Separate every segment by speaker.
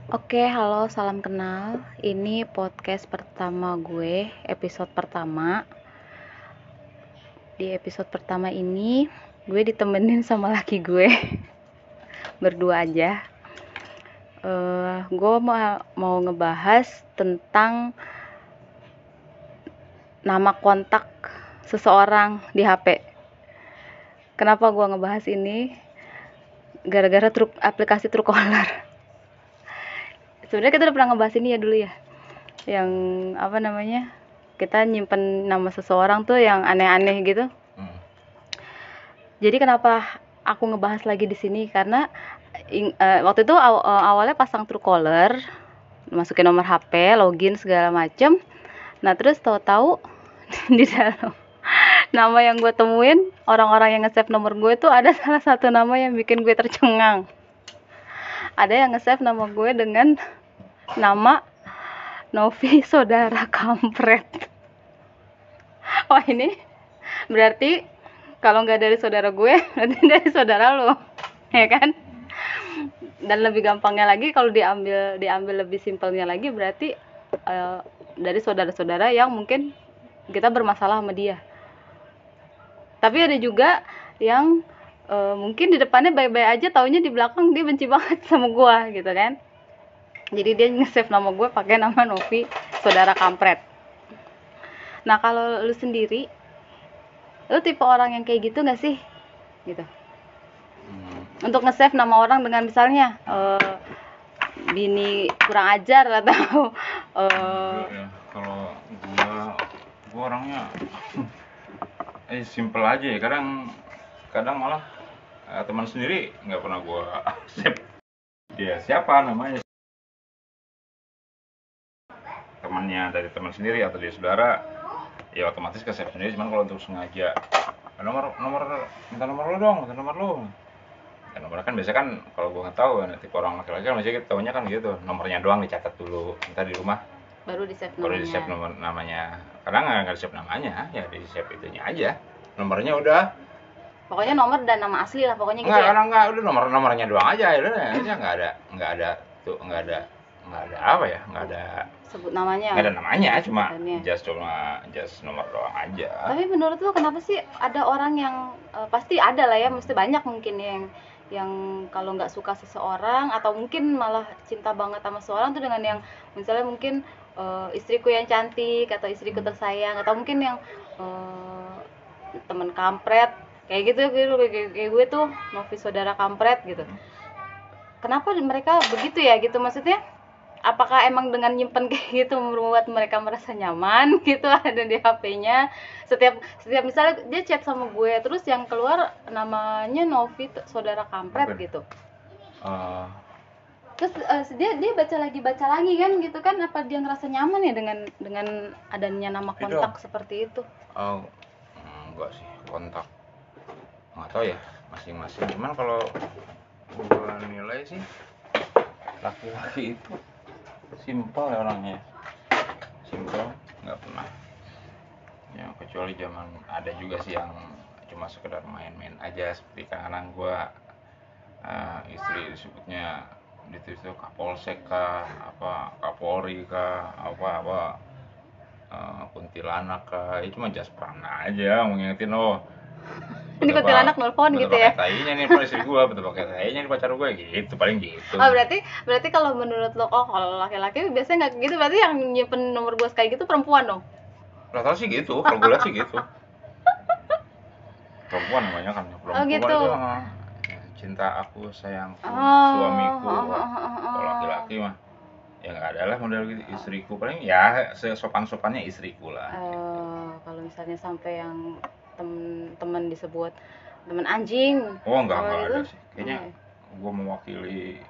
Speaker 1: Oke, halo, salam kenal. Ini podcast pertama gue, episode pertama. Di episode pertama ini, gue ditemenin sama laki gue, berdua aja. Gue mau ngebahas tentang nama kontak seseorang di HP. Kenapa gue ngebahas ini? Gara-gara aplikasi Truecaller. Sebenarnya kita udah pernah ngebahas ini ya dulu ya. Yang apa namanya? Kita nyimpen nama seseorang tuh yang aneh-aneh gitu. Jadi kenapa aku ngebahas lagi di sini? Karena waktu itu awalnya pasang Truecaller, masukin nomor HP, login segala macem. Nah terus tahu-tahu di dalam nama yang gue temuin, orang-orang yang nge-save nomor gue tuh ada salah satu nama yang bikin gue tercengang. Ada yang nge-save nama gue dengan nama Novi Saudara Kampret. Wah ini berarti kalau nggak dari saudara gue, berarti dari saudara lo, ya kan? Dan lebih gampangnya lagi kalau diambil lebih simpelnya lagi berarti dari saudara-saudara yang mungkin kita bermasalah sama dia. Tapi ada juga yang mungkin di depannya baik-baik aja, taunya di belakang dia benci banget sama gue gitu kan. Jadi dia nge-save nama gue pakai nama Novi Saudara Kampret. Nah kalau lu sendiri, lu tipe orang yang kayak gitu nggak sih? Gitu. Untuk nge-save nama orang dengan misalnya bini kurang ajar atau
Speaker 2: ya. Kalau gua orangnya simple aja ya. Kadang malah teman sendiri nggak pernah gua save dia siapa namanya, temannya dari teman sendiri atau dia saudara ya otomatis ke save sendiri. Cuman kalau untuk sengaja nomor minta nomor lo dong, minta nomor lo. Ya, nomornya kan biasa kan kalau gue nggak tahu kan tipe orang laki-laki kan biasanya kita tahunya kan gitu, nomornya doang dicatat dulu, ntar di rumah
Speaker 1: baru di save
Speaker 2: baru
Speaker 1: namanya.
Speaker 2: di save nomor namanya. Kadang nggak di save namanya, ya di save itunya aja, nomornya udah.
Speaker 1: Pokoknya nomor dan nama asli lah pokoknya gitu
Speaker 2: Nggak,
Speaker 1: ya.
Speaker 2: kadang nggak, udah nomornya doang aja, udah aja nggak ada tuh, nggak ada apa ya, nggak ada
Speaker 1: Sebut namanya.
Speaker 2: nggak ada namanya, cuma
Speaker 1: Namanya.
Speaker 2: just nomor doang aja.
Speaker 1: Tapi menurut lu kenapa sih ada orang yang pasti ada lah ya, mesti banyak mungkin yang kalau nggak suka seseorang atau mungkin malah cinta banget sama seseorang tuh dengan yang misalnya mungkin istriku yang cantik atau istriku tersayang atau mungkin yang temen kampret kayak gitu kayak gue tuh Novi Saudara Kampret gitu. Kenapa mereka begitu ya gitu, maksudnya apakah emang dengan nyimpen kayak gitu membuat mereka merasa nyaman gitu ada di HP-nya, setiap misalnya dia chat sama gue terus yang keluar namanya Novi Saudara Kampret gitu. Terus dia baca lagi kan gitu kan, apa dia ngerasa nyaman ya dengan adanya nama kontak seperti itu?
Speaker 2: Enggak sih, kontak nggak tahu ya masing-masing. Cuman kalau gue nilai sih laki-laki itu simpel ya orangnya, simpel, nggak pernah ya, kecuali zaman ada juga sih yang cuma sekedar main-main aja, seperti kadang gue istri disebutnya itu kapolsek kah, apa kapolri kah, apa kuntilanak kah, itu cuma just prana aja mengingetin
Speaker 1: Ini kuntilanak nelfon gitu ya.
Speaker 2: Betul pakai tainya nih istri gue, betul pakai tainya nih pacar gue gitu, paling gitu.
Speaker 1: Oh berarti kalau menurut lo, kalau laki-laki biasanya nggak gitu, berarti yang nyimpen nomor gue kayak gitu perempuan dong?
Speaker 2: Rata-rata sih gitu, kalau gue lihat sih gitu. Perempuan namanya kan, perempuan
Speaker 1: gitu.
Speaker 2: itu cinta aku, sayangku, suamiku. Kalau laki-laki mah ya nggak ada lah model gitu, istriku, paling ya sesopan-sopannya istriku lah.
Speaker 1: Kalau misalnya sampai yang temen disebut temen anjing,
Speaker 2: Enggak
Speaker 1: gitu,
Speaker 2: ada sih kayaknya. Gue mewakili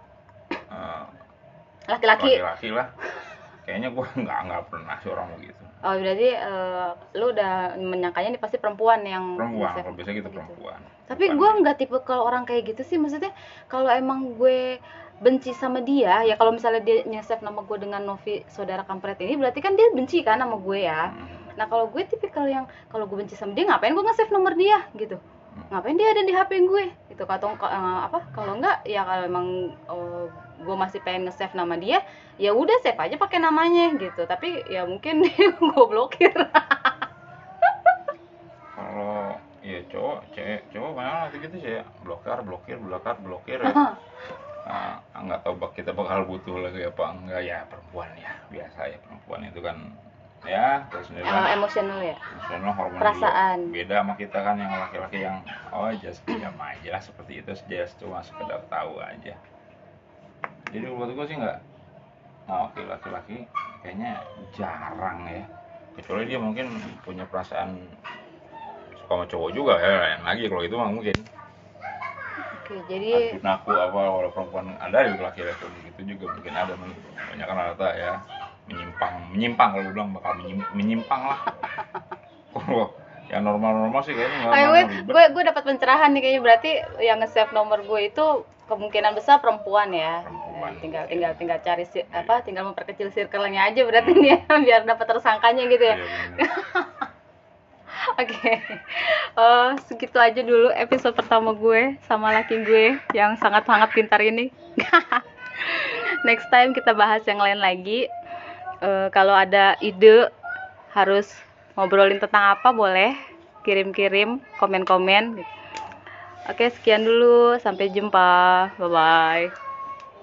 Speaker 1: laki-laki
Speaker 2: lah, kayaknya gue nggak pernah sih orang begitu.
Speaker 1: Oh berarti lu udah menyangkanya nih pasti perempuan yang
Speaker 2: kalau biasa gitu perempuan.
Speaker 1: Tapi gue nggak tipe kalau orang kayak gitu sih, maksudnya kalau emang gue benci sama dia ya, kalau misalnya dia nge-save nama gue dengan Novi Saudara Kampret ini berarti kan dia benci kan sama gue ya. Nah kalau gue tipikal yang kalau gue benci sama dia ngapain gue nge-save nomor dia gitu, ngapain dia ada di HP gue gitu, atau kalau enggak ya kalau emang gue masih pengen nge-save nama dia, ya udah save aja pakai namanya gitu. Tapi ya mungkin gue blokir.
Speaker 2: Kalau ya cowok banyak nanti gitu sih ya, blokir ya. Nggak tahu kita bakal butuh lagi apa enggak ya. Perempuan ya biasa ya, perempuan itu kan ya terus sendiri kan
Speaker 1: Emosional ya,
Speaker 2: emosional, hormon
Speaker 1: perasaan
Speaker 2: juga beda sama kita kan, yang laki-laki yang oh just diam aja lah seperti itu, just cuma sekedar tahu aja. Jadi buat gue sih nggak, laki-laki kayaknya jarang ya, kecuali dia mungkin punya perasaan suka sama cowok juga ya, lain lagi kalau itu mah mungkin.
Speaker 1: Oke, jadi
Speaker 2: Aku apa, kalau perempuan ada juga laki-laki gitu juga mungkin ada, banyak kan rata ya, menyimpang kalau bilang bakal menyimpang lah. Kalau yang normal sih kayaknya
Speaker 1: gue dapat pencerahan nih kayaknya, berarti yang nge-save nomor gue itu kemungkinan besar perempuan ya. Tinggal cari tinggal memperkecil circle-nya aja berarti nih ya, biar dapat tersangkanya gitu ya. Oke. Segitu aja dulu episode pertama gue sama laki gue yang sangat pintar ini. Next time kita bahas yang lain lagi. Kalau ada ide harus ngobrolin tentang apa, boleh kirim komen. Oke, sekian dulu, sampai jumpa, bye bye.